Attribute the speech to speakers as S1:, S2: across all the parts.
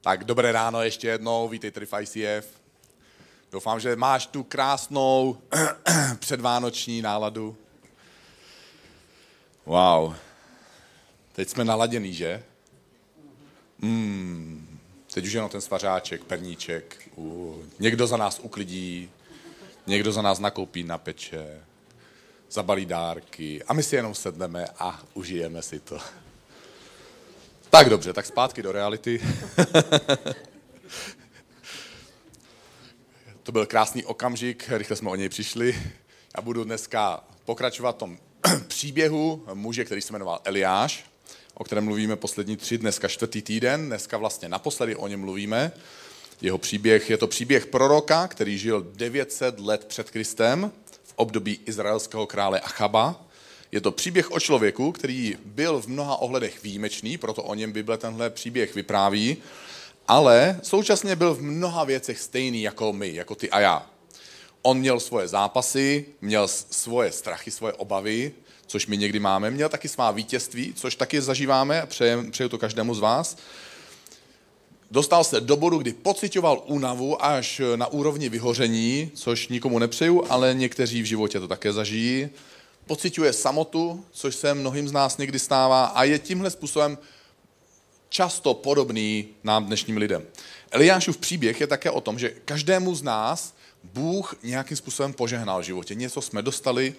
S1: Tak dobré ráno ještě jednou, vítejte v ICF. Doufám, že máš tu krásnou předvánoční náladu. Wow. Teď jsme naladěný, že? Teď už jenom ten svařáček, perníček. Někdo za nás uklidí, někdo za nás nakoupí, napeče, zabalí dárky a my si jenom sedneme a užijeme si to. Tak dobře, tak zpátky do reality. To byl krásný okamžik, rychle jsme o něj přišli. Já budu dneska pokračovat v tom příběhu muže, který se jmenoval Eliáš, o kterém mluvíme poslední 3, dneska 4. týden, dneska vlastně naposledy o něm mluvíme. Jeho příběh je to příběh proroka, který žil 900 let před Kristem v období izraelského krále Achaba. Je to příběh o člověku, který byl v mnoha ohledech výjimečný, proto o něm Bible tenhle příběh vypráví, ale současně byl v mnoha věcech stejný jako my, jako ty a já. On měl svoje zápasy, měl svoje strachy, svoje obavy, což my někdy máme, měl taky svá vítězství, což taky zažíváme a přeju to každému z vás. Dostal se do bodu, kdy pociťoval únavu až na úrovni vyhoření, což nikomu nepřeju, ale někteří v životě to také zažijí. Pociťuje samotu, což se mnohým z nás někdy stává a je tímhle způsobem často podobný nám dnešním lidem. Eliášův příběh je také o tom, že každému z nás Bůh nějakým způsobem požehnal v životě. Něco jsme dostali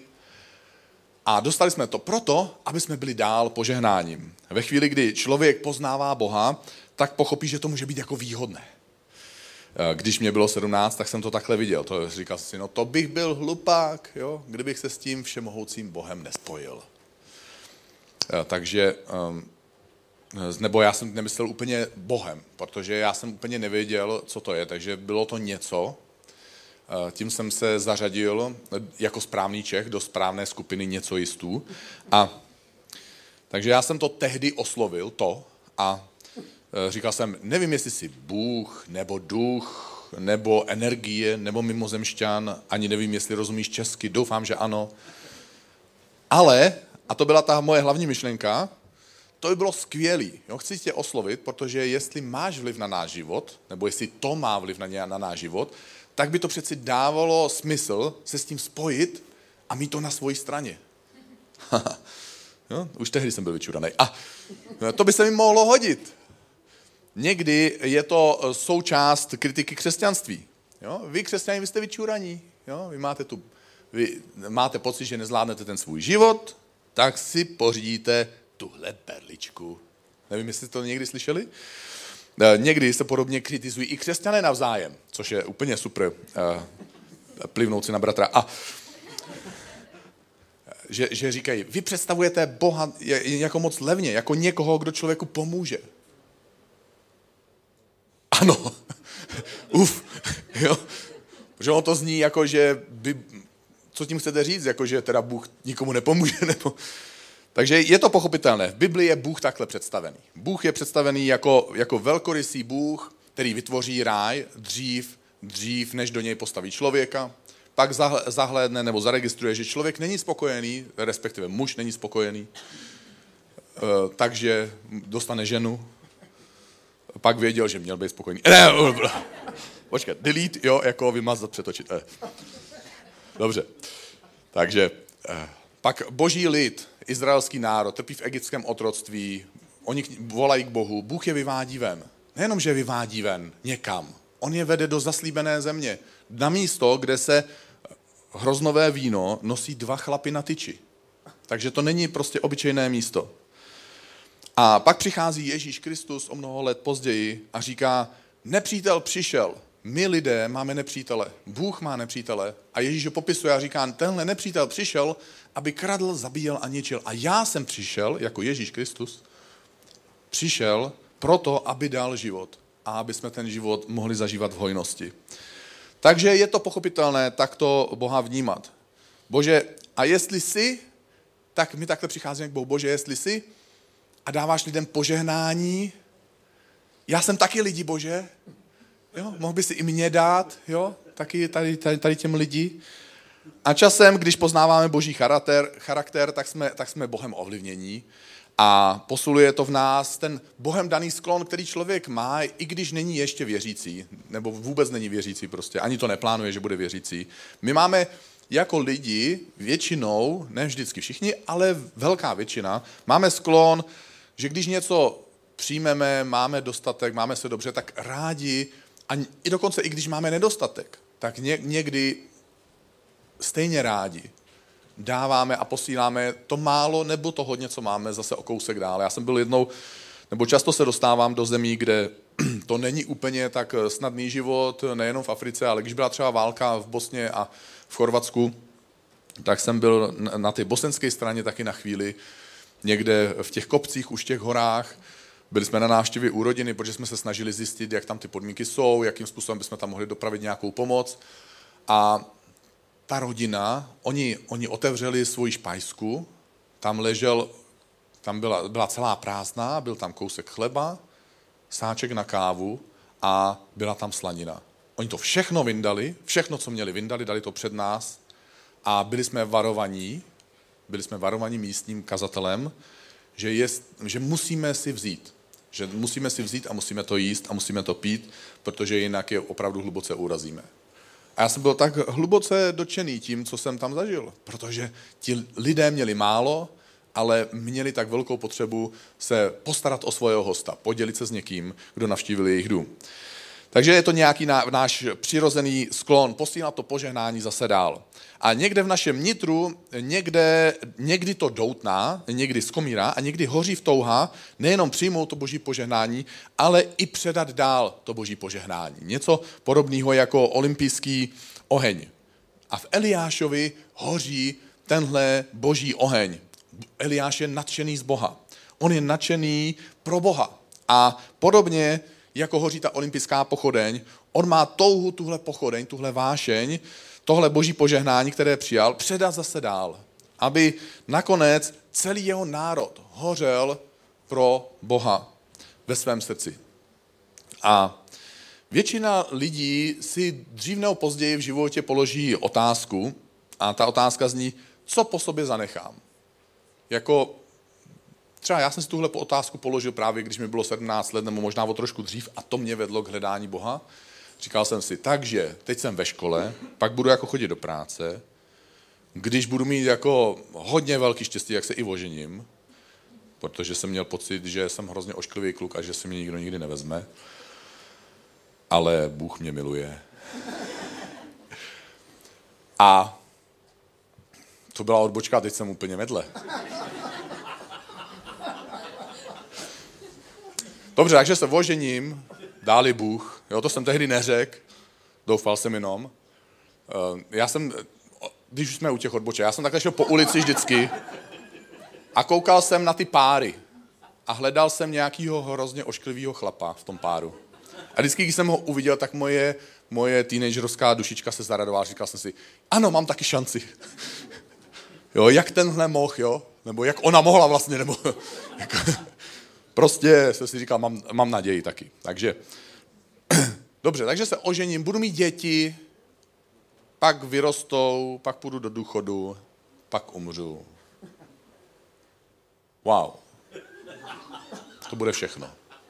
S1: a dostali jsme to proto, aby jsme byli dál požehnáním. Ve chvíli, kdy člověk poznává Boha, tak pochopí, že to může být jako výhodné. Když mě bylo 17, tak jsem to takhle viděl. To říkal jsem si, no to bych byl hlupák, jo, kdybych se s tím všemohoucím Bohem nespojil. Takže, nebo já jsem nemyslel úplně Bohem, protože já jsem úplně nevěděl, co to je, takže bylo to něco. Tím jsem se zařadil jako správný Čech do správné skupiny něcojistů. Takže já jsem to tehdy oslovil, a říkal jsem, nevím, jestli jsi Bůh, nebo duch, nebo energie, nebo mimozemšťan, ani nevím, jestli rozumíš česky, doufám, že ano. Ale, a to byla ta moje hlavní myšlenka, to by bylo skvělý. Jo? Chci tě oslovit, protože jestli máš vliv na náš život, nebo jestli to má vliv na náš život, tak by to přeci dávalo smysl se s tím spojit a mít to na svojí straně. Jo? Už tehdy jsem byl vyčuranej. A to by se mi mohlo hodit. Někdy je to součást kritiky křesťanství. Jo? Vy, křesťané, vy jste vyčuraní. Jo? Vy máte pocit, že nezvládnete ten svůj život, tak si pořídíte tuhle perličku. Nevím, jestli to někdy slyšeli. Někdy se podobně kritizují i křesťané navzájem, což je úplně super plivnout si na bratra. A že říkají, vy představujete Boha jako moc levně, jako někoho, kdo člověku pomůže. Ano, jo. Protože on to zní jako, že co tím chcete říct, jako že teda Bůh nikomu nepomůže, nebo... Takže je to pochopitelné. V Biblii je Bůh takhle představený. Bůh je představený jako velkorysý Bůh, který vytvoří ráj dřív, než do něj postaví člověka. Pak zahlédne nebo zaregistruje, že člověk není spokojený, respektive muž není spokojený, takže dostane ženu. Pak věděl, že měl být spokojený. Počkat, delete, jo, jako vymazat, přetočit. Dobře. Takže pak boží lid, izraelský národ, trpí v egyptském otroctví, oni volají k Bohu, Bůh je vyvádí ven. Nejenom, že je vyvádí ven někam, on je vede do zaslíbené země, na místo, kde se hroznové víno nosí 2 chlapy na tyči. Takže to není prostě obyčejné místo. A pak přichází Ježíš Kristus o mnoho let později a říká, nepřítel přišel, my lidé máme nepřítele, Bůh má nepřítele a Ježíš ho popisuje a říká, tenhle nepřítel přišel, aby kradl, zabíjel a ničil. A já jsem přišel, jako Ježíš Kristus, přišel proto, aby dal život a aby jsme ten život mohli zažívat v hojnosti. Takže je to pochopitelné takto Boha vnímat. Bože, a jestli jsi, tak my takhle přicházíme k Bohu. Bože, jestli jsi a dáváš lidem požehnání, já jsem taky lidi, Bože, jo, mohl by si i mě dát, jo, taky tady těm lidí. A časem, když poznáváme boží charakter, tak jsme Bohem ovlivnění A posiluje to v nás ten Bohem daný sklon, který člověk má, i když není ještě věřící, nebo vůbec není věřící prostě, ani to neplánuje, že bude věřící. My máme jako lidi většinou, ne vždycky všichni, ale velká většina, máme sklon, že když něco přijmeme, máme dostatek, máme se dobře, tak rádi, a i dokonce i když máme nedostatek, tak někdy stejně rádi dáváme a posíláme to málo nebo to hodně, co máme, zase o kousek dál. Já jsem byl jednou, nebo často se dostávám do zemí, kde to není úplně tak snadný život, nejenom v Africe, ale když byla třeba válka v Bosně a v Chorvatsku, tak jsem byl na té bosenské straně taky na chvíli, někde v těch kopcích, už v těch horách. Byli jsme na návštěvě u rodiny, protože jsme se snažili zjistit, jak tam ty podmínky jsou, jakým způsobem bychom tam mohli dopravit nějakou pomoc. A ta rodina, oni otevřeli svoji špajsku, tam byla celá prázdná, byl tam kousek chleba, sáček na kávu a byla tam slanina. Oni to všechno vyndali, všechno, co měli, vyndali, dali to před nás a byli jsme varovaní místním kazatelem, že musíme si vzít. Že musíme si vzít a musíme to jíst a musíme to pít, protože jinak je opravdu hluboce urazíme. A já jsem byl tak hluboce dotčený tím, co jsem tam zažil, protože ti lidé měli málo, ale měli tak velkou potřebu se postarat o svého hosta, podělit se s někým, kdo navštívil jejich dům. Takže je to nějaký náš přirozený sklon posílat to požehnání zase dál. A někde v našem nitru, někdy to doutná, někdy skomírá a někdy hoří v touha nejenom přijmout to boží požehnání, ale i předat dál to boží požehnání. Něco podobného jako olympijský oheň. A v Eliášovi hoří tenhle boží oheň. Eliáš je nadšený z Boha. On je nadšený pro Boha. A podobně jako hoří ta olympijská pochodeň, on má touhu tuhle pochodeň, tuhle vášeň, tohle boží požehnání, které přijal, předat zase dál, aby nakonec celý jeho národ hořel pro Boha ve svém srdci. A většina lidí si dřív nebo později v životě položí otázku a ta otázka zní, co po sobě zanechám. Jako třeba já jsem si tuhle otázku položil právě, když mi bylo 17 let, nebo možná o trošku dřív, a to mě vedlo k hledání Boha. Říkal jsem si, takže teď jsem ve škole, pak budu jako chodit do práce, když budu mít jako hodně velký štěstí, jak se i ožením, protože jsem měl pocit, že jsem hrozně ošklivý kluk a že se mě nikdo nikdy nevezme, ale Bůh mě miluje. A to byla odbočka, teď jsem úplně vedle. Dobře, takže se ožením, dáli Bůh, jo, to jsem tehdy neřekl, doufal jsem jenom. Když už jsme u těch odboček, já jsem takhle šel po ulici vždycky a koukal jsem na ty páry a hledal jsem nějakýho hrozně ošklivýho chlapa v tom páru. A vždycky, když jsem ho uviděl, tak moje teenagerská dušička se zaradovala, říkal jsem si, ano, mám taky šanci. Jo, jak tenhle mohl, jo, nebo jak ona mohla vlastně, nebo jako, prostě jsem si říkal, mám naději taky. Takže, dobře, takže se ožením, budu mít děti, pak vyrostou, pak půjdu do důchodu, pak umřu. Wow. To bude všechno.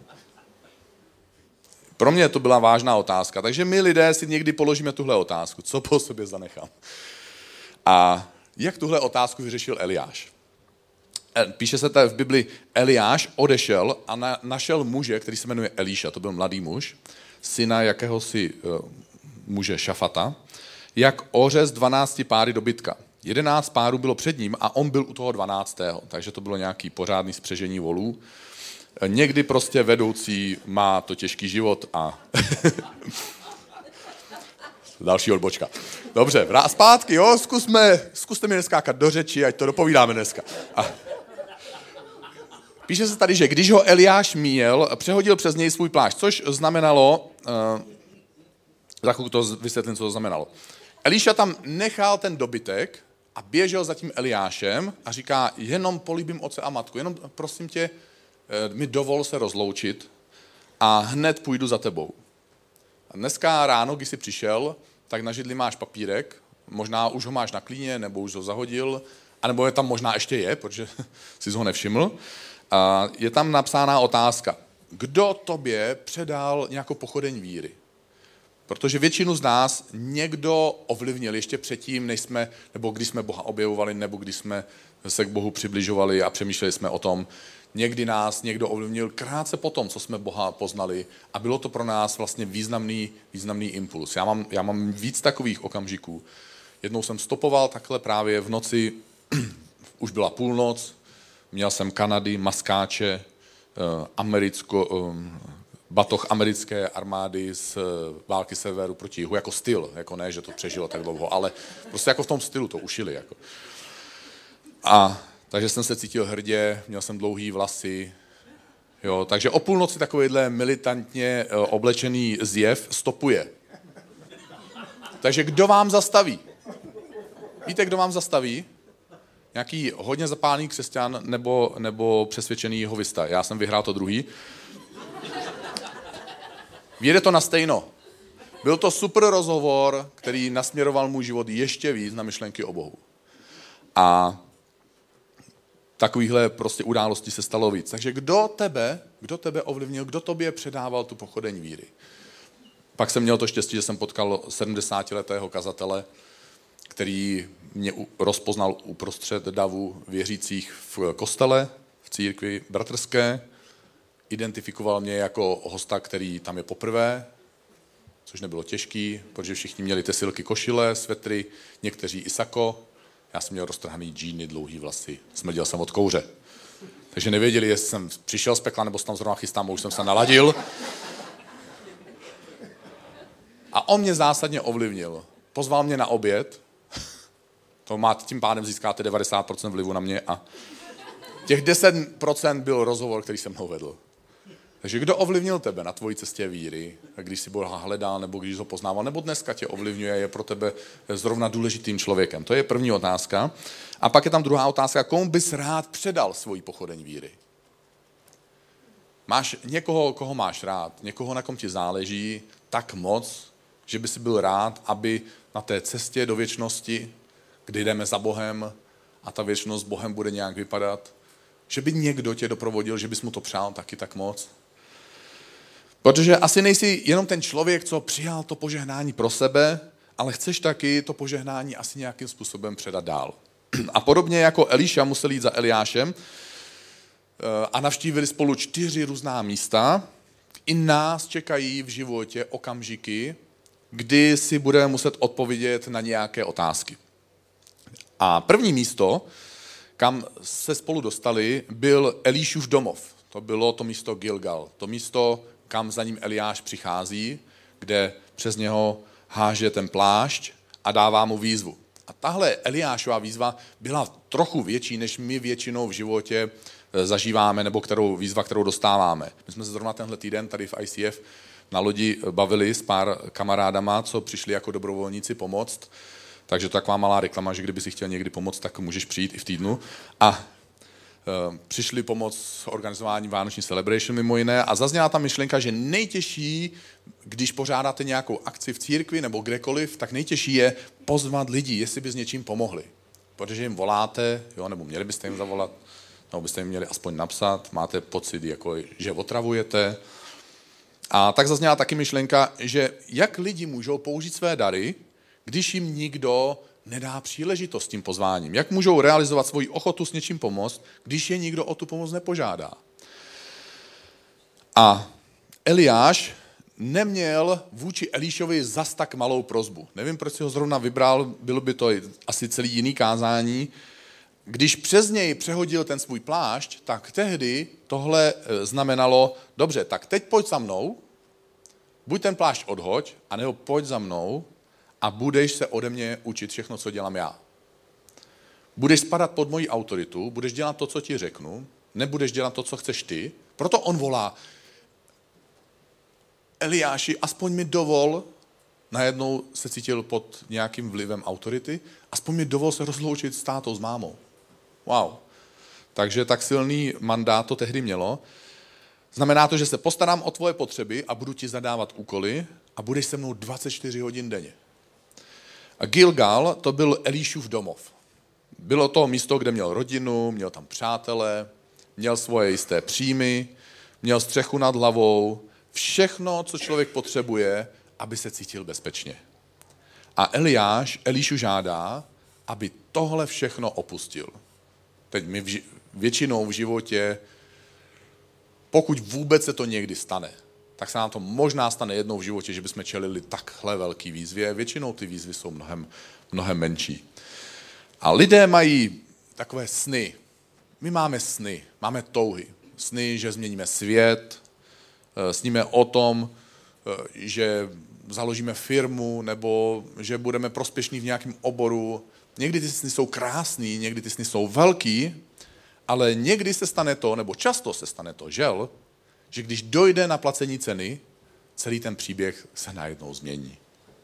S1: Pro mě to byla vážná otázka, takže my lidé si někdy položíme tuhle otázku, co po sobě zanechám. A jak tuhle otázku vyřešil Eliáš? Píše se tady v Bibli, Eliáš odešel a našel muže, který se jmenuje Elíša, to byl mladý muž, syna jakéhosi muže Šafata, jak ořez 12 páry dobytka. 11 párů bylo před ním a on byl u toho 12. Takže to bylo nějaký pořádný spřežení volů. Někdy prostě vedoucí má to těžký život a další odbočka. Dobře, zpátky, jo, zkuste mi neskákat do řeči, ať to dopovídáme dneska. Píše se tady, že když ho Eliáš míjel, přehodil přes něj svůj plášť, což znamenalo, za chvilku to vysvětlím, co to znamenalo. Elíša tam nechal ten dobytek a běžel za tím Eliášem a říká, jenom políbím otce a matku, jenom prosím tě, mi dovol se rozloučit a hned půjdu za tebou. A dneska ráno, když jsi přišel, tak na židli máš papírek, možná už ho máš na klíně, nebo už ho zahodil, anebo je tam možná ještě protože jsi ho nevšiml. A je tam napsána otázka, kdo tobě předal nějakou pochodeň víry? Protože většinu z nás někdo ovlivnil ještě předtím, než jsme, nebo když jsme Boha objevovali, nebo když jsme se k Bohu přibližovali a přemýšleli jsme o tom. Někdy nás někdo ovlivnil krátce potom, co jsme Boha poznali a bylo to pro nás vlastně významný impuls. Já mám víc takových okamžiků. Jednou jsem stopoval takhle právě v noci, už byla půlnoc, měl jsem Kanady, maskáče, batoh americké armády z války severu proti jihu, jako styl, jako ne, že to přežilo tak dlouho, ale prostě jako v tom stylu to ušili. Jako. A takže jsem se cítil hrdě, měl jsem dlouhý vlasy, jo, takže o půlnoci takovýhle militantně oblečený zjev stopuje. Takže kdo vám zastaví? Víte, kdo vám zastaví? Nějaký hodně zapálený křesťan nebo přesvědčený jehovista. Já jsem vyhrál to druhý. Vyjede to na stejno. Byl to super rozhovor, který nasměroval můj život ještě víc na myšlenky o Bohu. A takovýchhle prostě událostí se stalo víc. Takže kdo tebe ovlivnil, kdo tobě předával tu pochodeň víry? Pak jsem měl to štěstí, že jsem potkal 70letého kazatele, který mě rozpoznal uprostřed davu věřících v kostele, v církvi bratrské. Identifikoval mě jako hosta, který tam je poprvé, což nebylo těžký, protože všichni měli tesilky, košile, svetry, někteří i sako. Já jsem měl roztrhaný džíny, dlouhý vlasy, smrděl jsem od kouře. Takže nevěděli, jestli jsem přišel z pekla, nebo se tam zrovna chystám, už jsem se naladil. A on mě zásadně ovlivnil. Pozval mě na oběd, tím pádem získáte 90% vlivu na mě a těch 10% byl rozhovor, který jsem mnou vedl. Takže kdo ovlivnil tebe na tvojí cestě víry, když jsi Boha hledal, nebo když ho poznával, nebo dneska tě ovlivňuje, je pro tebe zrovna důležitým člověkem. To je první otázka. A pak je tam druhá otázka, komu bys rád předal svoji pochodeň víry? Máš někoho, koho máš rád, někoho, na kom ti záleží tak moc, že by si byl rád, aby na té cestě do věčnosti, kdy jdeme za Bohem a ta věčnost s Bohem bude nějak vypadat, že by někdo tě doprovodil, že bys mu to přál taky tak moc. Protože asi nejsi jenom ten člověk, co přijal to požehnání pro sebe, ale chceš taky to požehnání asi nějakým způsobem předat dál. A podobně jako Eliša musel jít za Eliášem a navštívili spolu 4 různá místa, i nás čekají v životě okamžiky, kdy si budeme muset odpovědět na nějaké otázky. A první místo, kam se spolu dostali, byl Elišův domov. To bylo to místo Gilgal. To místo, kam za ním Eliáš přichází, kde přes něho háže ten plášť a dává mu výzvu. A tahle Eliášova výzva byla trochu větší, než my většinou v životě zažíváme, nebo kterou dostáváme. My jsme se zrovna tenhle týden tady v ICF na lodi bavili s pár kamarádama, co přišli jako dobrovolníci pomoct. Takže to taková malá reklama, že kdyby si chtěl někdy pomoct, tak můžeš přijít i v týdnu. A přišli pomoct organizování Vánoční celebration mimo jiné a zazněla ta myšlenka, že nejtěžší, když pořádáte nějakou akci v církvi nebo kdekoliv, tak nejtěžší je pozvat lidi, jestli by s něčím pomohli. Protože jim voláte, jo, nebo měli byste jim zavolat, nebo byste jim měli aspoň napsat, máte pocit, jako, že otravujete. A tak zazněla taky myšlenka, že jak lidi můžou použít své dary, když jim nikdo nedá příležitost tím pozváním. Jak můžou realizovat svoji ochotu s něčím pomoct, když je nikdo o tu pomoc nepožádá. A Eliáš neměl vůči Elišovi zas tak malou prosbu. Nevím, proč si ho zrovna vybral, bylo by to asi celý jiný kázání. Když přes něj přehodil ten svůj plášť, tak tehdy tohle znamenalo, dobře, tak teď pojď za mnou, buď ten plášť odhoď, anebo pojď za mnou a budeš se ode mě učit všechno, co dělám já. Budeš spadat pod moji autoritu, budeš dělat to, co ti řeknu, nebudeš dělat to, co chceš ty. Proto on volá, Eliáši, aspoň mi dovol, najednou se cítil pod nějakým vlivem autority, aspoň mi dovol se rozloučit s tátou, s mámou. Wow. Takže tak silný mandát to tehdy mělo. Znamená to, že se postarám o tvoje potřeby a budu ti zadávat úkoly a budeš se mnou 24 hodin denně. A Gilgal, to byl Elišův domov. Bylo to místo, kde měl rodinu, měl tam přátele, měl svoje jisté příjmy, měl střechu nad hlavou, všechno, co člověk potřebuje, aby se cítil bezpečně. A Eliášu žádá, aby tohle všechno opustil. Teď my většinou v životě, pokud vůbec se to někdy stane, tak se nám to možná stane jednou v životě, že bychom čelili takhle velký výzvě. Většinou ty výzvy jsou mnohem menší. A lidé mají takové sny. My máme sny, máme touhy. Sny, že změníme svět, sníme o tom, že založíme firmu, nebo že budeme prospěšní v nějakém oboru. Někdy ty sny jsou krásný, někdy ty sny jsou velký, ale někdy se stane to, nebo často se stane to, že když dojde na placení ceny, celý ten příběh se najednou změní.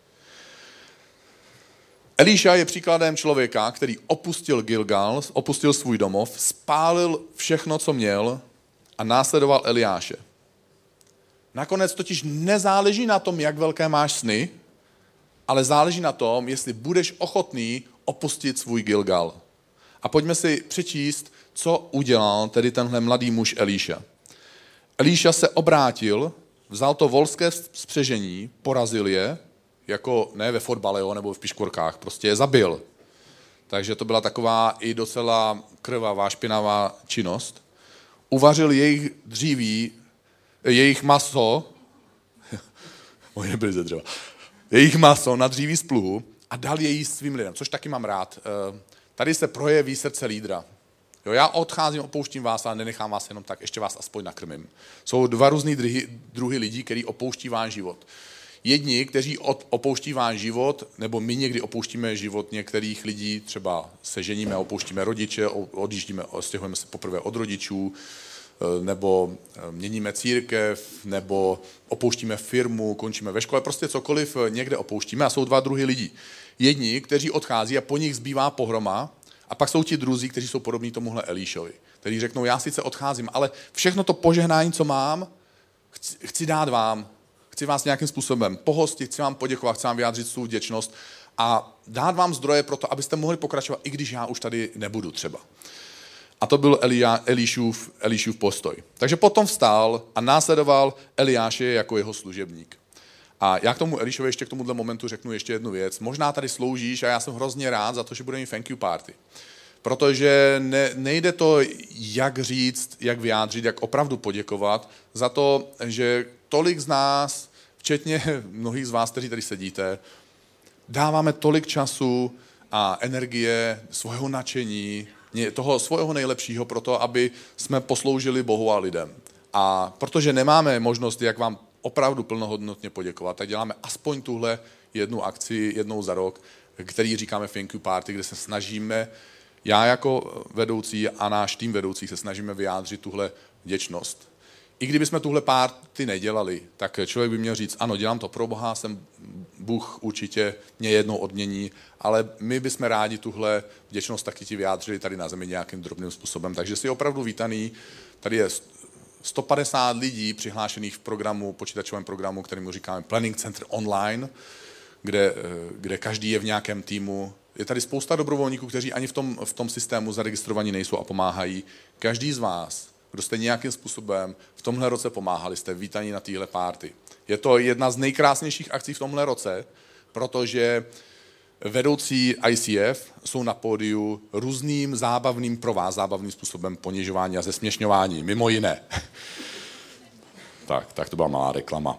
S1: Elíša je příkladem člověka, který opustil Gilgal, opustil svůj domov, spálil všechno, co měl a následoval Eliáše. Nakonec totiž nezáleží na tom, jak velké máš sny, ale záleží na tom, jestli budeš ochotný opustit svůj Gilgal. A pojďme si přečíst, co udělal tedy tenhle mladý muž Elíša. Elíša se obrátil, vzal to volské spřežení, porazil je, jako ne ve fotbale nebo v piškorkách, prostě je zabil. Takže to byla taková i docela krvavá, špinavá činnost. Uvařil jejich dříví, jejich maso, oni nebyli ze dřeva, jejich maso na dříví z pluhu a dal je jíst svým lidem, což taky mám rád. Tady se projeví srdce lídra. Jo, já odcházím, opouštím vás, ale nenechám vás jenom tak, ještě vás aspoň nakrmím. Jsou dva různý druhy lidí, který opouští váš život. Jedni, kteří opouští váš život, nebo my někdy opouštíme život některých lidí, třeba se ženíme, opouštíme rodiče, odjíždíme, stěhujeme se poprvé od rodičů, nebo měníme církev, nebo opouštíme firmu, končíme ve škole, prostě cokoliv někde opouštíme a jsou dva druhy lidí. Jedni, kteří odchází a po nich zbývá pohroma, a pak jsou ti druzí, kteří jsou podobní tomuhle Elíšovi, kteří řeknou, já sice odcházím, ale všechno to požehnání, co mám, chci dát vám, chci vás nějakým způsobem pohostit, chci vám poděkovat, chci vám vyjádřit svou vděčnost a dát vám zdroje pro to, abyste mohli pokračovat, i když já už tady nebudu třeba. A to byl Elíšův postoj. Takže potom vstál a následoval Eliáše jako jeho služebník. A já k tomu Elíšovi ještě k tomuhle momentu řeknu ještě jednu věc. Možná tady sloužíš a já jsem hrozně rád za to, že budeme mít thank you party. Protože nejde to, jak říct, jak vyjádřit, jak opravdu poděkovat za to, že tolik z nás, včetně mnohých z vás, kteří tady sedíte, dáváme tolik času a energie, svého nadšení, toho svého nejlepšího pro to, aby jsme posloužili Bohu a lidem. A protože nemáme možnost, jak vám opravdu plnohodnotně poděkovat, tak děláme aspoň tuhle jednu akci jednou za rok, který říkáme thank you party, kde se snažíme, já jako vedoucí a náš tým vedoucích se snažíme vyjádřit tuhle vděčnost. I kdybychom tuhle party nedělali, tak člověk by měl říct, ano, dělám to pro Boha, Bůh určitě mě jednou odmění, ale my bychom rádi tuhle vděčnost taky ti vyjádřili tady na zemi nějakým drobným způsobem. Takže jsi opravdu vítaný, tady je 150 lidí přihlášených v programu, počítačovém programu, kterému říkáme Planning Center Online, kde každý je v nějakém týmu. Je tady spousta dobrovolníků, kteří ani v tom systému zaregistrovaní nejsou a pomáhají. Každý z vás, kdo jste nějakým způsobem v tomhle roce pomáhali, jste vítaní na téhle party. Je to jedna z nejkrásnějších akcí v tomhle roce, protože vedoucí ICF jsou na pódiu různým zábavným způsobem ponižování a zesměšňování, mimo jiné. Tak to byla malá reklama.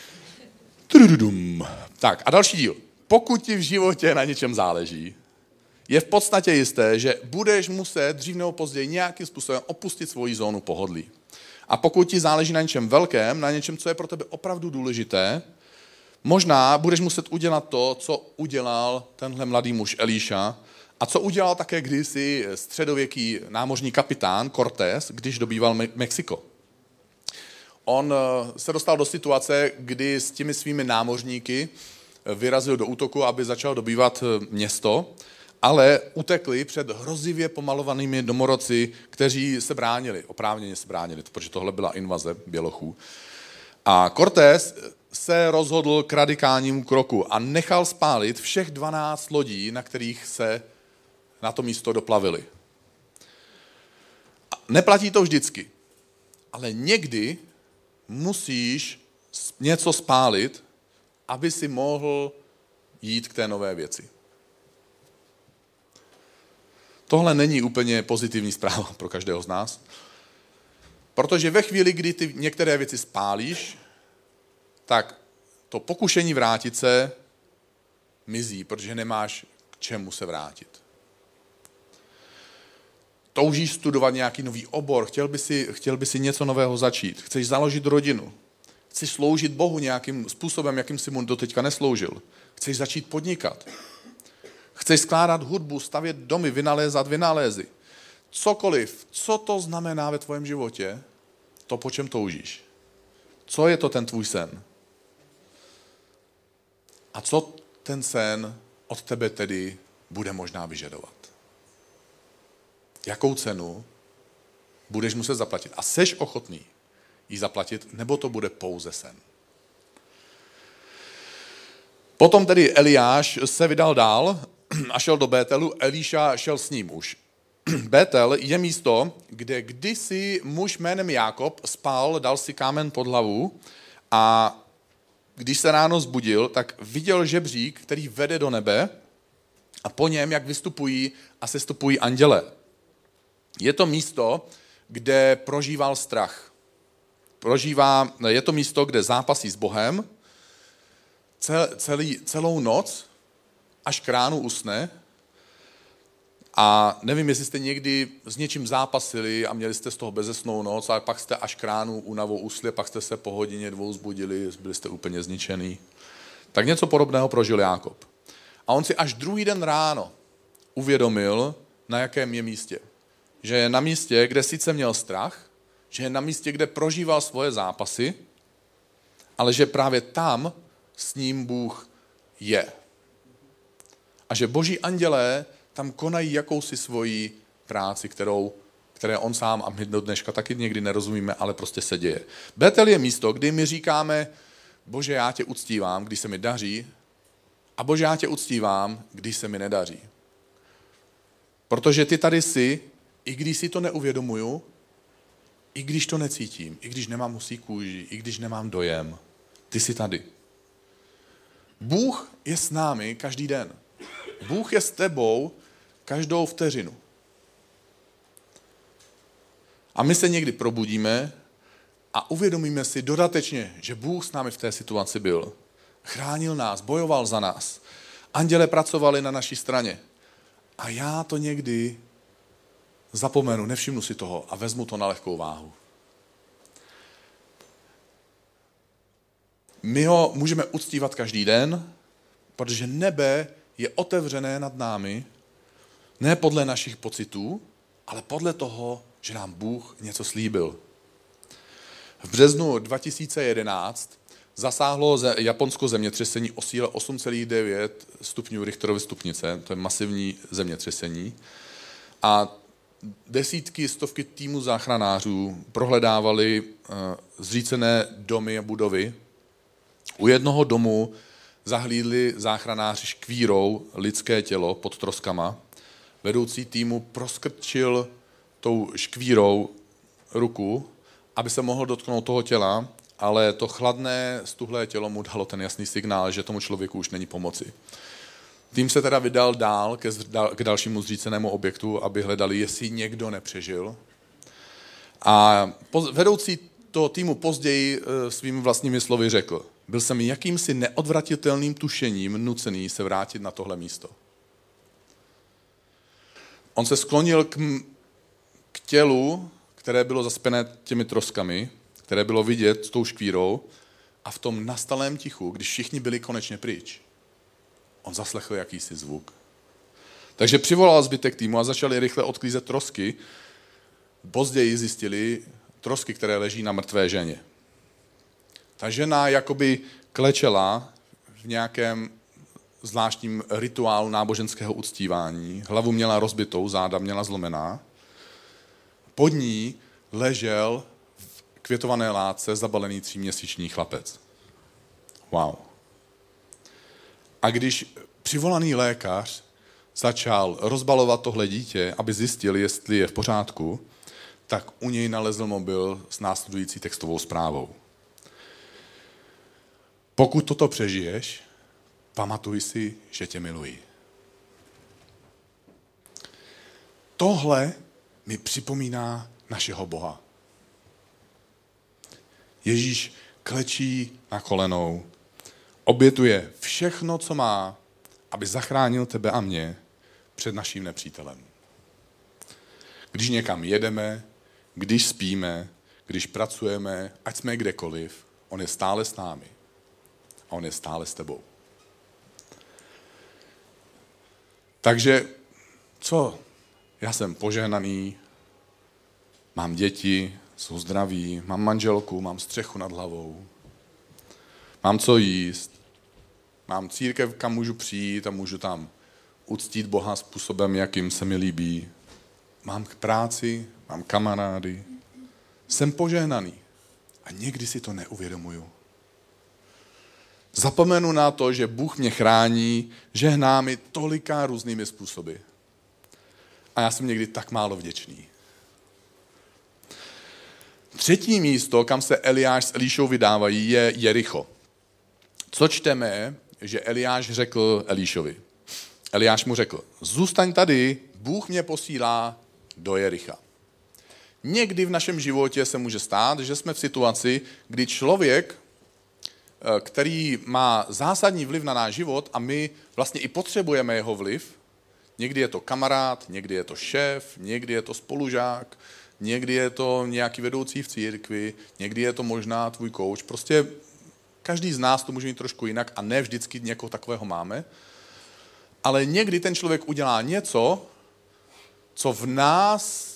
S1: Tak a další díl. Pokud ti v životě na něčem záleží, je v podstatě jisté, že budeš muset dřív nebo později nějakým způsobem opustit svoji zónu pohodlí. A pokud ti záleží na něčem velkém, na něčem, co je pro tebe opravdu důležité, možná budeš muset udělat to, co udělal tenhle mladý muž Elíša a co udělal také kdysi středověký námořní kapitán Cortés, když dobýval Mexiko. On se dostal do situace, kdy s těmi svými námořníky vyrazil do útoku, aby začal dobývat město, ale utekli před hrozivě pomalovanými domorodci, kteří se bránili, oprávněně se bránili, protože tohle byla invaze bělochů. A Cortés se rozhodl k radikálnímu kroku a nechal spálit všech 12 lodí, na kterých se na to místo doplavili. neplatí to vždycky, ale někdy musíš něco spálit, aby si mohl jít k té nové věci. Tohle není úplně pozitivní zpráva pro každého z nás, protože ve chvíli, kdy ty některé věci spálíš, tak to pokušení vrátit se mizí, protože nemáš k čemu se vrátit. Toužíš studovat nějaký nový obor, chtěl by si něco nového začít, chceš založit rodinu, chceš sloužit Bohu nějakým způsobem, jakým si mu doteďka nesloužil, chceš začít podnikat, chceš skládat hudbu, stavět domy, vynalézat vynálezy. Cokoliv, co to znamená ve tvém životě, to, po čem toužíš. Co je to ten tvůj sen? A co ten sen od tebe tedy bude možná vyžadovat? Jakou cenu budeš muset zaplatit? A seš ochotný ji zaplatit, nebo to bude pouze sen? Potom tedy Eliáš se vydal dál a šel do Bételu, Elíša šel s ním už. Bétel je místo, kde kdysi muž jménem Jákob spal, dal si kámen pod hlavu a když se ráno zbudil, tak viděl žebřík, který vede do nebe a po něm, jak vystupují a sestupují anděle. Je to místo, kde prožíval strach. Je to místo, kde zápasí s Bohem, celou noc až k ránu usne. A nevím, jestli jste někdy s něčím zápasili a měli jste z toho bezesnou noc, ale pak jste až k ránu únavou usli, pak jste se po hodině 2 zbudili, byli jste úplně zničený. Tak něco podobného prožil Jákob. A on si až druhý den ráno uvědomil, na jakém je místě. Že je na místě, kde sice měl strach, že je na místě, kde prožíval svoje zápasy, ale že právě tam s ním Bůh je. A že boží andělé tam konají jakousi svoji práci, které on sám a my do dneška taky někdy nerozumíme, ale prostě se děje. Betel je místo, kdy my říkáme, Bože, já tě uctívám, když se mi daří, a Bože, já tě uctívám, když se mi nedaří. Protože ty tady jsi, i když si to neuvědomuju, i když to necítím, i když nemám husí kůži, i když nemám dojem, ty jsi tady. Bůh je s námi každý den. Bůh je s tebou každou vteřinu. A my se někdy probudíme a uvědomíme si dodatečně, že Bůh s námi v té situaci byl. Chránil nás, bojoval za nás. Anděle pracovali na naší straně. A já to někdy zapomenu, nevšimnu si toho a vezmu to na lehkou váhu. My ho můžeme uctívat každý den, protože nebe je otevřené nad námi, ne podle našich pocitů, ale podle toho, že nám Bůh něco slíbil. V březnu 2011 zasáhlo Japonsko zemětřesení o síle 8,9 stupňů Richterovy stupnice, to je masivní zemětřesení, a desítky, stovky týmů záchranářů prohledávali zřícené domy a budovy. U jednoho domu zahlídli záchranáři škvírou lidské tělo pod troskama. Vedoucí týmu proskrčil tou škvírou ruku, aby se mohl dotknout toho těla, ale to chladné, stuhlé tělo mu dalo ten jasný signál, že tomu člověku už není pomoci. Tým se teda vydal dál k dalšímu zřícenému objektu, aby hledali, jestli někdo nepřežil. A vedoucí toho týmu později svými vlastními slovy řekl, byl jsem jakýmsi neodvratitelným tušením nucený se vrátit na tohle místo. On se sklonil k tělu, které bylo zaspěné těmi troskami, které bylo vidět s tou škvírou, a v tom nastalém tichu, když všichni byli konečně pryč, on zaslechl jakýsi zvuk. Takže přivolal zbytek týmu a začali rychle odklízet trosky. Později zjistili trosky, které leží na mrtvé ženě. Ta žena jakoby klečela v nějakém zvláštním rituálu náboženského uctívání. Hlavu měla rozbitou, záda měla zlomená. Pod ní ležel v květované látce zabalený 3měsíční chlapec. Wow. A když přivolaný lékař začal rozbalovat tohle dítě, aby zjistil, jestli je v pořádku, tak u něj nalezl mobil s následující textovou zprávou. Pokud toto přežiješ, pamatuj si, že tě miluji. Tohle mi připomíná našeho Boha. Ježíš klečí na kolenou, obětuje všechno, co má, aby zachránil tebe a mě před naším nepřítelem. Když někam jedeme, když spíme, když pracujeme, ať jsme kdekoliv, on je stále s námi. A on je stále s tebou. Takže co? Já jsem požehnaný, mám děti, jsou zdraví, mám manželku, mám střechu nad hlavou, mám co jíst, mám církev, kam můžu přijít a můžu tam uctít Boha způsobem, jakým se mi líbí. Mám práci, mám kamarády, jsem požehnaný a někdy si to neuvědomuju. Zapomenu na to, že Bůh mě chrání, žehná mi tolika různými způsoby. A já jsem někdy tak málo vděčný. Třetí místo, kam se Eliáš s Elíšou vydávají, je Jericho. Co čteme, že Eliáš řekl Elíšovi? Eliáš mu řekl, zůstaň tady, Bůh mě posílá do Jericha. Někdy v našem životě se může stát, že jsme v situaci, kdy člověk, který má zásadní vliv na náš život a my vlastně i potřebujeme jeho vliv, někdy je to kamarád, někdy je to šéf, někdy je to spolužák, někdy je to nějaký vedoucí v církvi, někdy je to možná tvůj kouč. Prostě každý z nás to může mít trošku jinak a ne vždycky někoho takového máme. Ale někdy ten člověk udělá něco, co v nás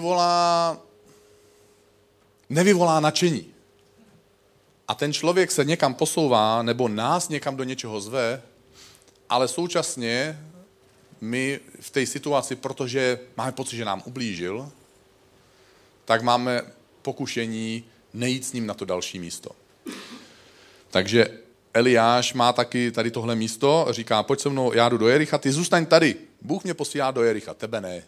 S1: nevyvolá nadšení. A ten člověk se někam posouvá, nebo nás někam do něčeho zve, ale současně my v té situaci, protože máme pocit, že nám ublížil, tak máme pokušení nejít s ním na to další místo. Takže Eliáš má taky tady tohle místo, říká, pojď se mnou, já jdu do Jericha, ty zůstaň tady. Bůh mě posílá do Jericha, tebe ne.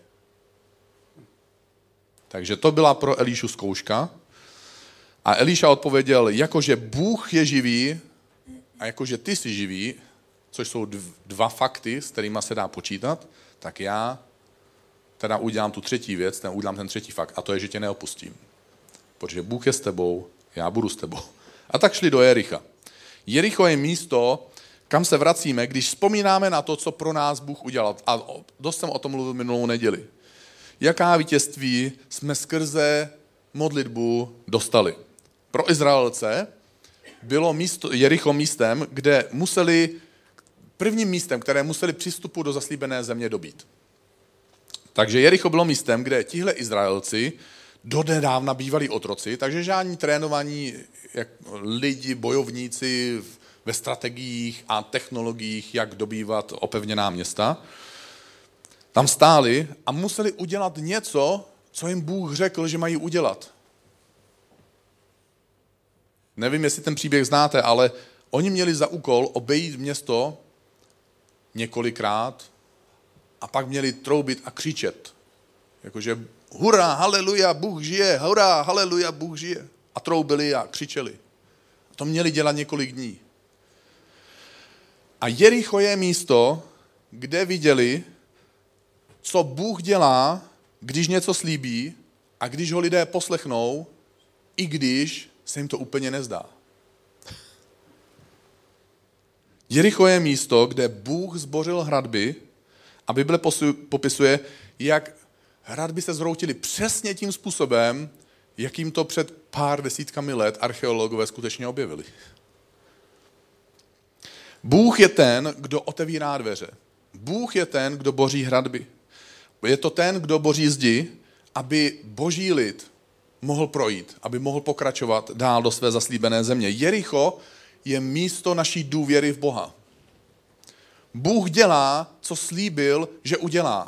S1: Takže to byla pro Elíšu zkouška. A Elíša odpověděl, jakože Bůh je živý a jakože ty jsi živý, což jsou dva fakty, s kterými se dá počítat, tak já teda udělám tu třetí věc, udělám ten třetí fakt, a to je, že tě neopustím. Protože Bůh je s tebou, já budu s tebou. A tak šli do Jericha. Jericho je místo, kam se vracíme, když vzpomínáme na to, co pro nás Bůh udělal. A dost jsem o tom mluvil minulou neděli. Jaká vítězství jsme skrze modlitbu dostali. Pro Izraelce bylo Jericho místem, prvním místem, které museli přístupu do zaslíbené země dobít. Takže Jericho bylo místem, kde tihle Izraelci dodnedávna bývali otroci, takže žádní trénovaní lidi, bojovníci ve strategiích a technologiích, jak dobývat opevněná města, tam stáli a museli udělat něco, co jim Bůh řekl, že mají udělat. Nevím, jestli ten příběh znáte, ale oni měli za úkol obejít město několikrát a pak měli troubit a křičet. Jakože hurá, haleluja, Bůh žije, hurá, haleluja, Bůh žije. A troubili a křičeli. A to měli dělat několik dní. A Jericho je místo, kde viděli, co Bůh dělá, když něco slíbí a když ho lidé poslechnou, i když se jim to úplně nezdá. Jericho je místo, kde Bůh zbořil hradby a Bible popisuje, jak hradby se zhroutily přesně tím způsobem, jakým to před pár desítkami let archeologové skutečně objevili. Bůh je ten, kdo otevírá dveře. Bůh je ten, kdo boří hradby. Je to ten, kdo boří zdi, aby boží lid mohl projít, aby mohl pokračovat dál do své zaslíbené země. Jericho je místo naší důvěry v Boha. Bůh dělá, co slíbil, že udělá.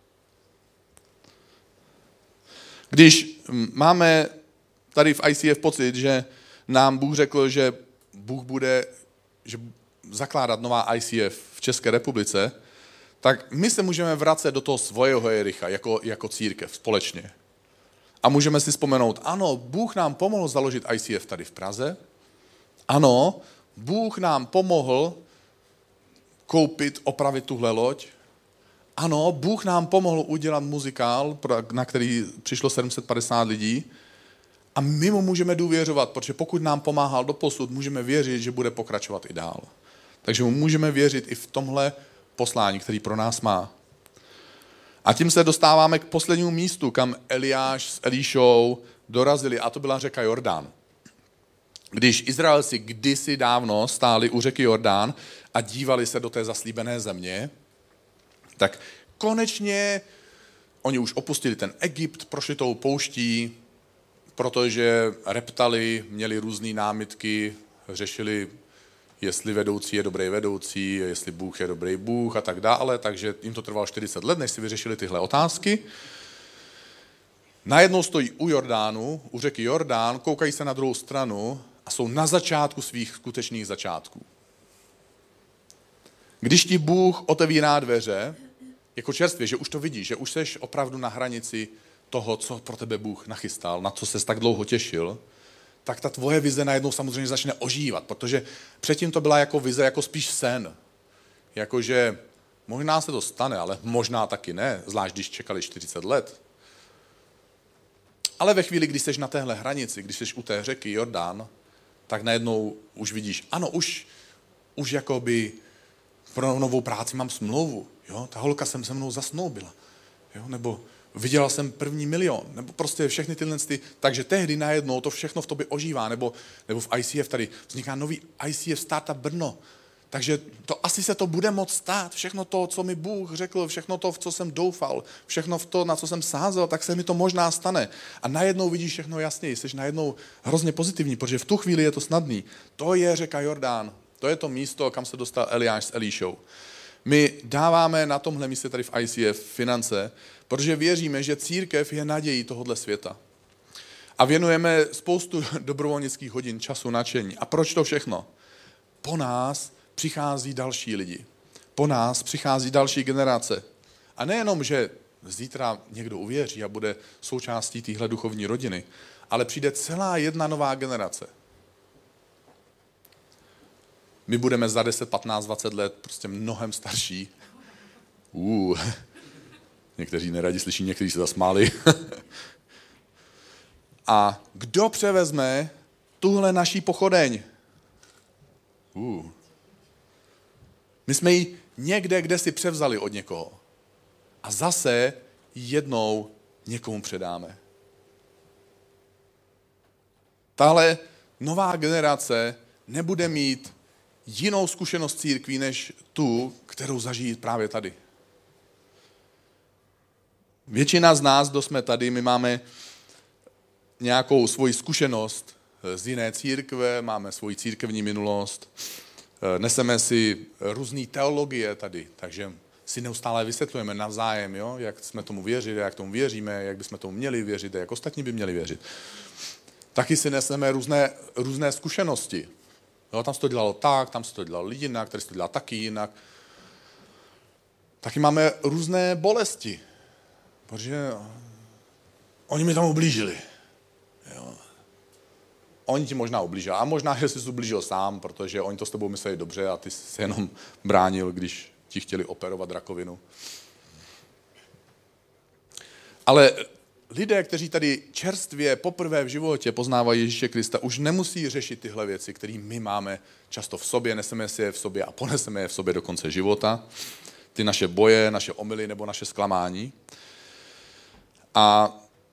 S1: Když máme tady v ICF pocit, že nám Bůh řekl, že Bůh bude zakládat nová ICF v České republice, tak my se můžeme vracet do toho svého Jericha jako církev společně. A můžeme si vzpomenout, ano, Bůh nám pomohl založit ICF tady v Praze. Ano, Bůh nám pomohl opravit tuhle loď. Ano, Bůh nám pomohl udělat muzikál, na který přišlo 750 lidí. A my mu můžeme důvěřovat, protože pokud nám pomáhal doposud, můžeme věřit, že bude pokračovat i dál. Takže mu můžeme věřit i v tomhle poslání, který pro nás má. A tím se dostáváme k poslednímu místu, kam Eliáš s Elíšou dorazili, a to byla řeka Jordán. Když Izraelci kdysi dávno stáli u řeky Jordán a dívali se do té zaslíbené země, tak konečně oni už opustili ten Egypt, prošli tou pouští, protože reptali, měli různé námitky, řešili, jestli vedoucí je dobrý vedoucí, jestli Bůh je dobrý Bůh a tak dále, takže jim to trvalo 40 let, než si vyřešili tyhle otázky. Najednou stojí u Jordánu, u řeky Jordán, koukají se na druhou stranu a jsou na začátku svých skutečných začátků. Když ti Bůh otevírá dveře, jako čerstvě, že už to vidíš, že už seš opravdu na hranici toho, co pro tebe Bůh nachystal, na co ses tak dlouho těšil, tak ta tvoje vize najednou samozřejmě začne ožívat, protože předtím to byla jako vize, jako spíš sen. Jakože možná se to stane, ale možná taky ne, zvlášť když čekali 40 let. Ale ve chvíli, kdy jsi na téhle hranici, když jsi u té řeky Jordán, tak najednou už vidíš, ano, už jakoby pro novou práci mám smlouvu, jo? Ta holka se mnou zasnoubila, jo? Nebo vydělal jsem první milion, nebo prostě všechny tyhle, takže tehdy najednou to všechno v tobě ožívá, nebo v ICF tady vzniká nový ICF Startup Brno, takže to asi se to bude moct stát, všechno to, co mi Bůh řekl, všechno to, v co jsem doufal, všechno v to, na co jsem sázel, tak se mi to možná stane. A najednou vidíš všechno jasněji, jsi najednou hrozně pozitivní, protože v tu chvíli je to snadný. To je řeka Jordán, to je to místo, kam se dostal Eliáš s Elíšou. My dáváme na tomhle místě tady v ICF finance, protože věříme, že církev je nadějí tohohle světa. A věnujeme spoustu dobrovolnických hodin, času, nadšení. A proč to všechno? Po nás přichází další lidi. Po nás přichází další generace. A nejenom, že zítra někdo uvěří a bude součástí téhle duchovní rodiny, ale přijde celá jedna nová generace. My budeme za 10, 15, 20 let prostě mnohem starší. Někteří neradi slyší, někteří se zasmáli. A kdo převezme tuhle naší pochodeň? My jsme ji někde, kde si převzali od někoho. A zase jednou někomu předáme. Tahle nová generace nebude mít jinou zkušenost církví, než tu, kterou zažijí právě tady. Většina z nás, kdo jsme tady, my máme nějakou svoji zkušenost z jiné církve, máme svoji církevní minulost, neseme si různé teologie tady, takže si neustále vysvětlujeme navzájem, jo, jak jsme tomu věřili, jak tomu věříme, jak bychom tomu měli věřit, jak ostatní by měli věřit. Taky si neseme různé zkušenosti. Jo, tam se to dělalo tak, tam se to dělalo jinak, tady se to dělá taky jinak. Taky máme různé bolesti, protože oni mi tam ublížili. Jo. Oni ti možná ublížili. A možná, že jsi se ublížil sám, protože oni to s tebou mysleli dobře a ty jsi se jenom bránil, když ti chtěli operovat rakovinu. Ale lidé, kteří tady čerstvě poprvé v životě poznávají Ježíše Krista, už nemusí řešit tyhle věci, které my máme často v sobě, neseme si je v sobě a poneseme je v sobě do konce života. Ty naše boje, naše omyly nebo naše zklamání. A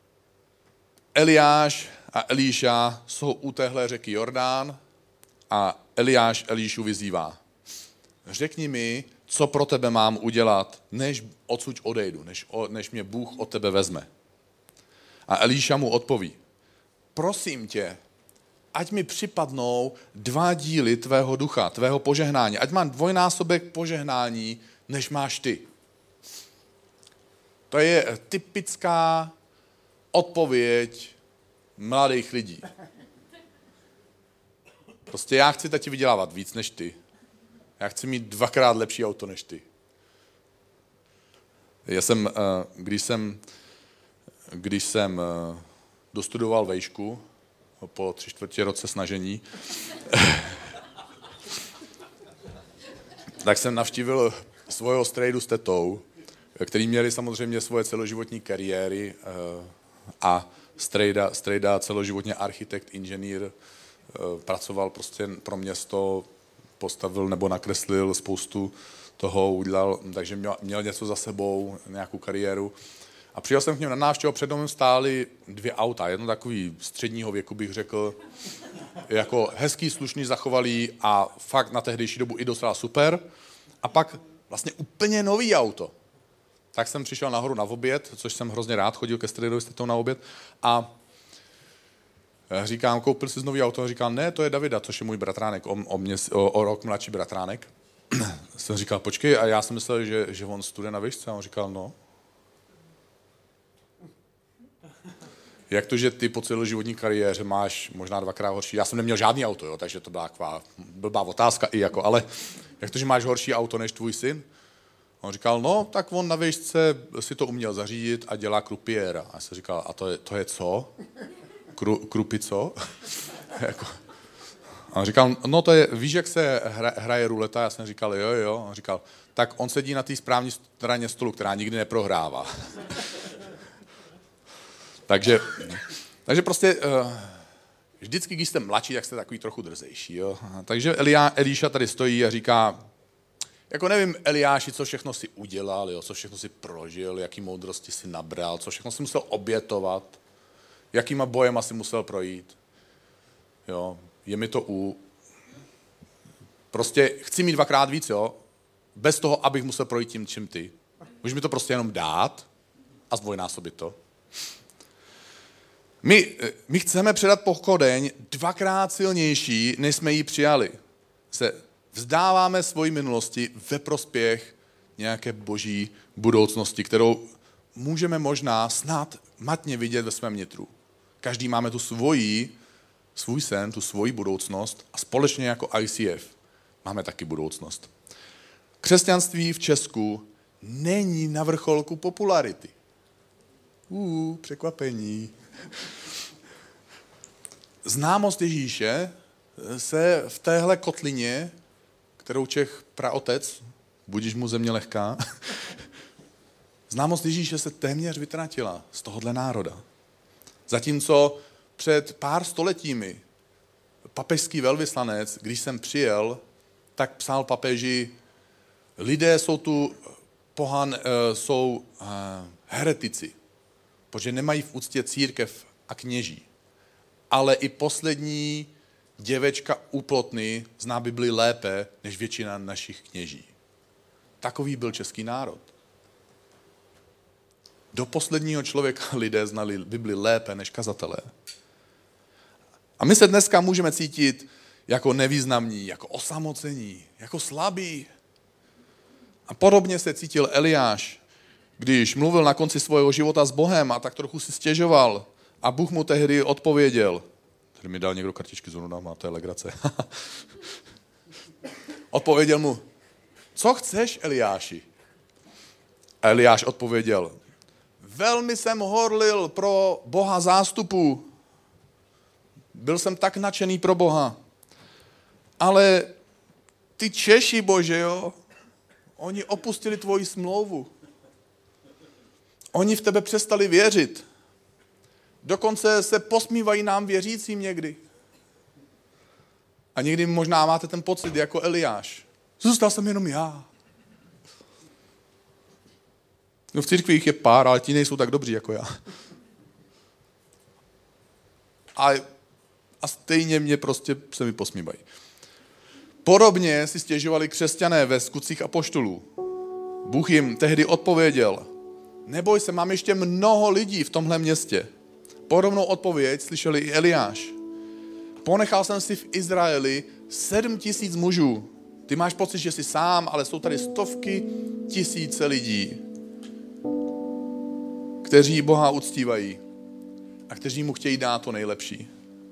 S1: Eliáš a Elíša jsou u téhle řeky Jordán a Eliáš Elíšu vyzývá. Řekni mi, co pro tebe mám udělat, než odsud odejdu, než mě Bůh od tebe vezme. A Elíša mu odpoví, prosím tě, ať mi připadnou 2 díly tvého ducha, tvého požehnání, ať mám 2násobek požehnání, než máš ty. To je typická odpověď mladých lidí. Prostě já chci tati vydělávat víc než ty. Já chci mít 2krát lepší auto než ty. Když jsem dostudoval vejšku po 3/4 roce snažení. Tak jsem navštívil svého strejdu s tetou, který měli samozřejmě svoje celoživotní kariéry a strejda celoživotně architekt, inženýr, pracoval prostě pro město, postavil nebo nakreslil spoustu toho, udělal, takže měl něco za sebou, nějakou kariéru. A přijel jsem k němu na návštěvu, před domem stály 2 auta, jedno takový středního věku, bych řekl, jako hezký, slušný, zachovalý a fakt na tehdejší dobu i docela super. A pak vlastně úplně nový auto. Tak jsem přišel nahoru na oběd, což jsem hrozně rád, chodil ke strejdovi s tetou na oběd a říkám, koupil jsi nový auto? A říkal, ne, to je Davida, což je můj bratránek, o rok mladší bratránek. Jsem říkal, počkej, a já jsem myslel, že on studuje na výšce. A on říkal, no. Jak to, že ty po celoživotní kariéře máš možná 2krát horší? Já jsem neměl žádný auto, jo, takže to byla taková blbá otázka i jako, ale jak to, že máš horší auto než tvůj syn? On říkal, no, tak on na výšce si to uměl zařídit a dělá krupiéra. A já jsem říkal, a to je co? Krupi co? A on říkal, no to je, víš, jak se hraje ruleta? Já jsem říkal, jo. On říkal, tak on sedí na té správné straně stolu, která nikdy neprohrává. takže prostě vždycky, když jste mladší, tak jste takový trochu drzejší. Jo? Takže Elíša tady stojí a říká, jako nevím, Eliáši, co všechno si udělal, jo? Co všechno si prožil, jaký moudrosti si nabral, co všechno si musel obětovat, jakýma bojema si musel projít. Jo? Je mi to Prostě chci mít 2krát víc, jo? Bez toho, abych musel projít tím, čím ty. Můžeš mi to prostě jenom dát a zdvojnásobit to. My chceme předat pochodeň 2krát silnější, než jsme ji přijali. Se vzdáváme svoji minulosti ve prospěch nějaké boží budoucnosti, kterou můžeme možná snad matně vidět ve svém nitru. Každý máme tu svůj sen, tu svoji budoucnost a společně jako ICF máme taky budoucnost. Křesťanství v Česku není na vrcholku popularity. Překvapení. Známost Ježíše se v téhle kotlině, kterou Čech praotec, budiž mu země lehká, známost Ježíše se téměř vytratila z tohohle národa. Zatímco před pár stoletími papežský velvyslanec, když jsem přijel, tak psal papeži, lidé jsou tu jsou heretici, protože nemají v úctě církev a kněží. Ale i poslední děvečka u plotny zná Bibli lépe než většina našich kněží. Takový byl český národ. Do posledního člověka lidé znali Bibli lépe než kazatelé. A my se dneska můžeme cítit jako nevýznamní, jako osamocení, jako slabí. A podobně se cítil Eliáš, když mluvil na konci svého života s Bohem a tak trochu si stěžoval. A Bůh mu tehdy odpověděl. Tady mi dal někdo kartičky z Onudama, to je legrace. Odpověděl mu, co chceš, Eliáši? A Eliáš odpověděl, velmi jsem horlil pro Boha zástupu. Byl jsem tak nadšený pro Boha. Ale ty Češi, Bože, jo, oni opustili tvoji smlouvu. Oni v tebe přestali věřit. Dokonce se posmívají nám věřícím někdy. A někdy možná máte ten pocit jako Eliáš. Zůstal jsem jenom já. No v církvi jich je pár, ale ti nejsou tak dobří jako já. A stejně mě prostě se mi posmívají. Podobně si stěžovali křesťané ve Skutcích apoštolů. Bůh jim tehdy odpověděl, neboj se, mám ještě mnoho lidí v tomhle městě. Podobnou odpověď slyšeli i Eliáš. Ponechal jsem si v Izraeli 7 000 mužů. Ty máš pocit, že jsi sám, ale jsou tady stovky tisíce lidí, kteří Boha uctívají a kteří mu chtějí dát to nejlepší.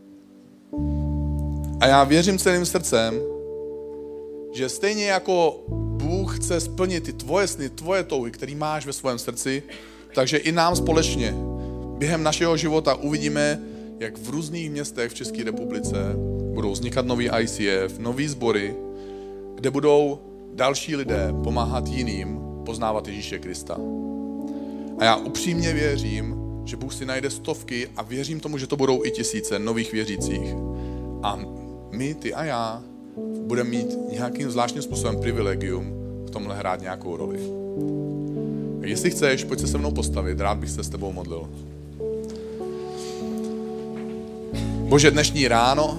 S1: A já věřím celým srdcem, že stejně jako Bůh chce splnit ty tvoje sny, tvoje touhy, který máš ve svém srdci, takže i nám společně během našeho života uvidíme, jak v různých městech v České republice budou vznikat nový ICF, nový sbory, kde budou další lidé pomáhat jiným poznávat Ježíše Krista. A já upřímně věřím, že Bůh si najde stovky a věřím tomu, že to budou i tisíce nových věřících. A my, ty a já, budeme mít nějakým zvláštním způsobem privilegium v tomhle hrát nějakou roli. Tak jestli chceš, pojď se se mnou postavit, rád bych se s tebou modlil. Bože, dnešní ráno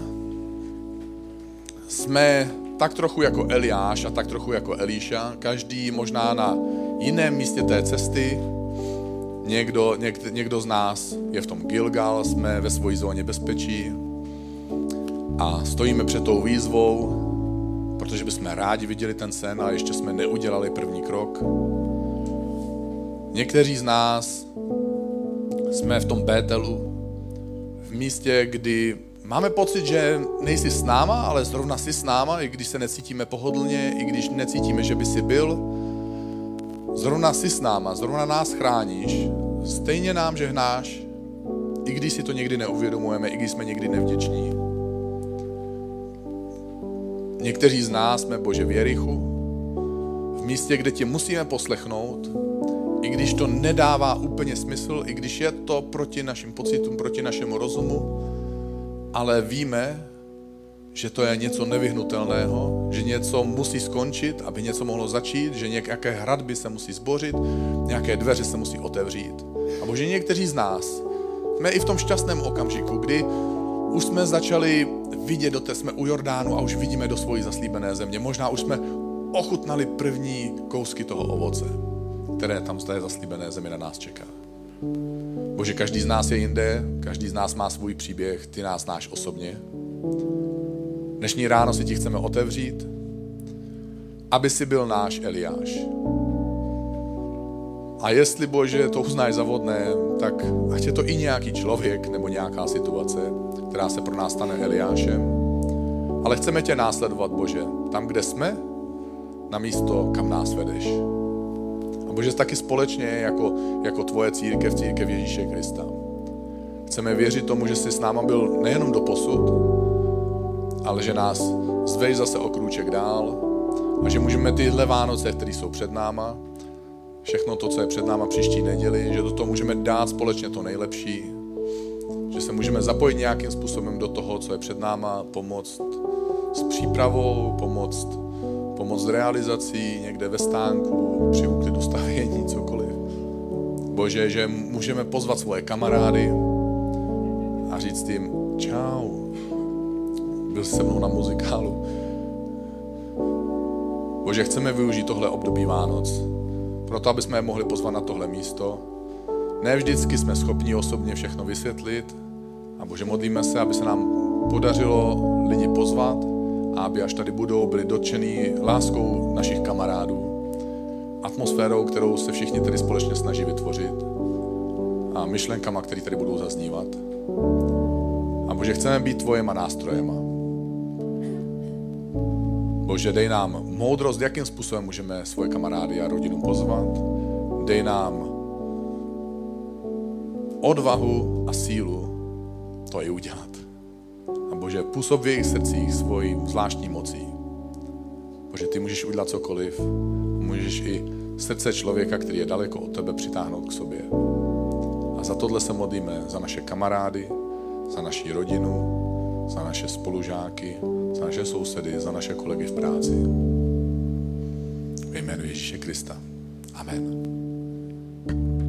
S1: jsme tak trochu jako Eliáš a tak trochu jako Elíša, každý možná na jiném místě té cesty. Někdo z nás je v tom Gilgal, jsme ve své zóně bezpečí a stojíme před tou výzvou, protože bychom rádi viděli ten sen, ale ještě jsme neudělali první krok. Někteří z nás jsme v tom Bételu, v místě, kdy máme pocit, že nejsi s náma, ale zrovna jsi s náma, i když se necítíme pohodlně, i když necítíme, že by si byl. Zrovna jsi s náma, zrovna nás chráníš, stejně nám žehnáš, i když si to někdy neuvědomujeme, i když jsme někdy nevděční. Někteří z nás jsme, Bože, v Jerichu, v místě, kde tě musíme poslechnout, i když to nedává úplně smysl, i když je to proti našim pocitům, proti našemu rozumu, ale víme, že to je něco nevyhnutelného, že něco musí skončit, aby něco mohlo začít, že nějaké hradby se musí zbořit, nějaké dveře se musí otevřít. A Bože, někteří z nás jsme i v tom šťastném okamžiku, kdy už jsme začali vidět, jsme u Jordánu a už vidíme do svojí zaslíbené země. Možná už jsme ochutnali první kousky toho ovoce, které tam z té zaslíbené země na nás čeká. Bože, každý z nás je jinde, každý z nás má svůj příběh, ty nás znáš osobně. Dnešní ráno si ti chceme otevřít, aby si byl náš Eliáš. A jestli, Bože, to uznáš za vhodné, tak ať je to i nějaký člověk nebo nějaká situace, která se pro nás stane Eliášem. Ale chceme tě následovat, Bože, tam, kde jsme, na místo, kam nás vedeš. A Bože, taky společně jako tvoje církev Ježíše Krista. Chceme věřit tomu, že jsi s náma byl nejenom doposud, ale že nás zveš zase o krůček dál a že můžeme tyhle Vánoce, které jsou před náma, všechno to, co je před náma příští neděli, že do toho můžeme dát společně to nejlepší, že se můžeme zapojit nějakým způsobem do toho, co je před náma, pomoct s přípravou, pomoct s realizací, někde ve stánku, při úklidu stavění, cokoliv. Bože, že můžeme pozvat svoje kamarády a říct jim čau, byl jsi se mnou na muzikálu. Bože, chceme využít tohle období Vánoc, proto, aby jsme je mohli pozvat na tohle místo. Ne vždycky jsme schopni osobně všechno vysvětlit a Bože, modlíme se, aby se nám podařilo lidi pozvat a aby až tady budou, byli dotčený láskou našich kamarádů, atmosférou, kterou se všichni tady společně snaží vytvořit a myšlenkama, které tady budou zaznívat. A Bože, chceme být tvojema nástrojema. Bože, dej nám moudrost, jakým způsobem můžeme svoje kamarády a rodinu pozvat. Dej nám odvahu a sílu to i udělat. A Bože, působ v jejich srdcích svojí zvláštní mocí. Bože, ty můžeš udělat cokoliv. Můžeš i srdce člověka, který je daleko od tebe, přitáhnout k sobě. A za tohle se modlíme, za naše kamarády, za naši rodinu, za naše spolužáky, za naše sousedy, za naše kolegy v práci. Ve jménu Ježíše Krista. Amen.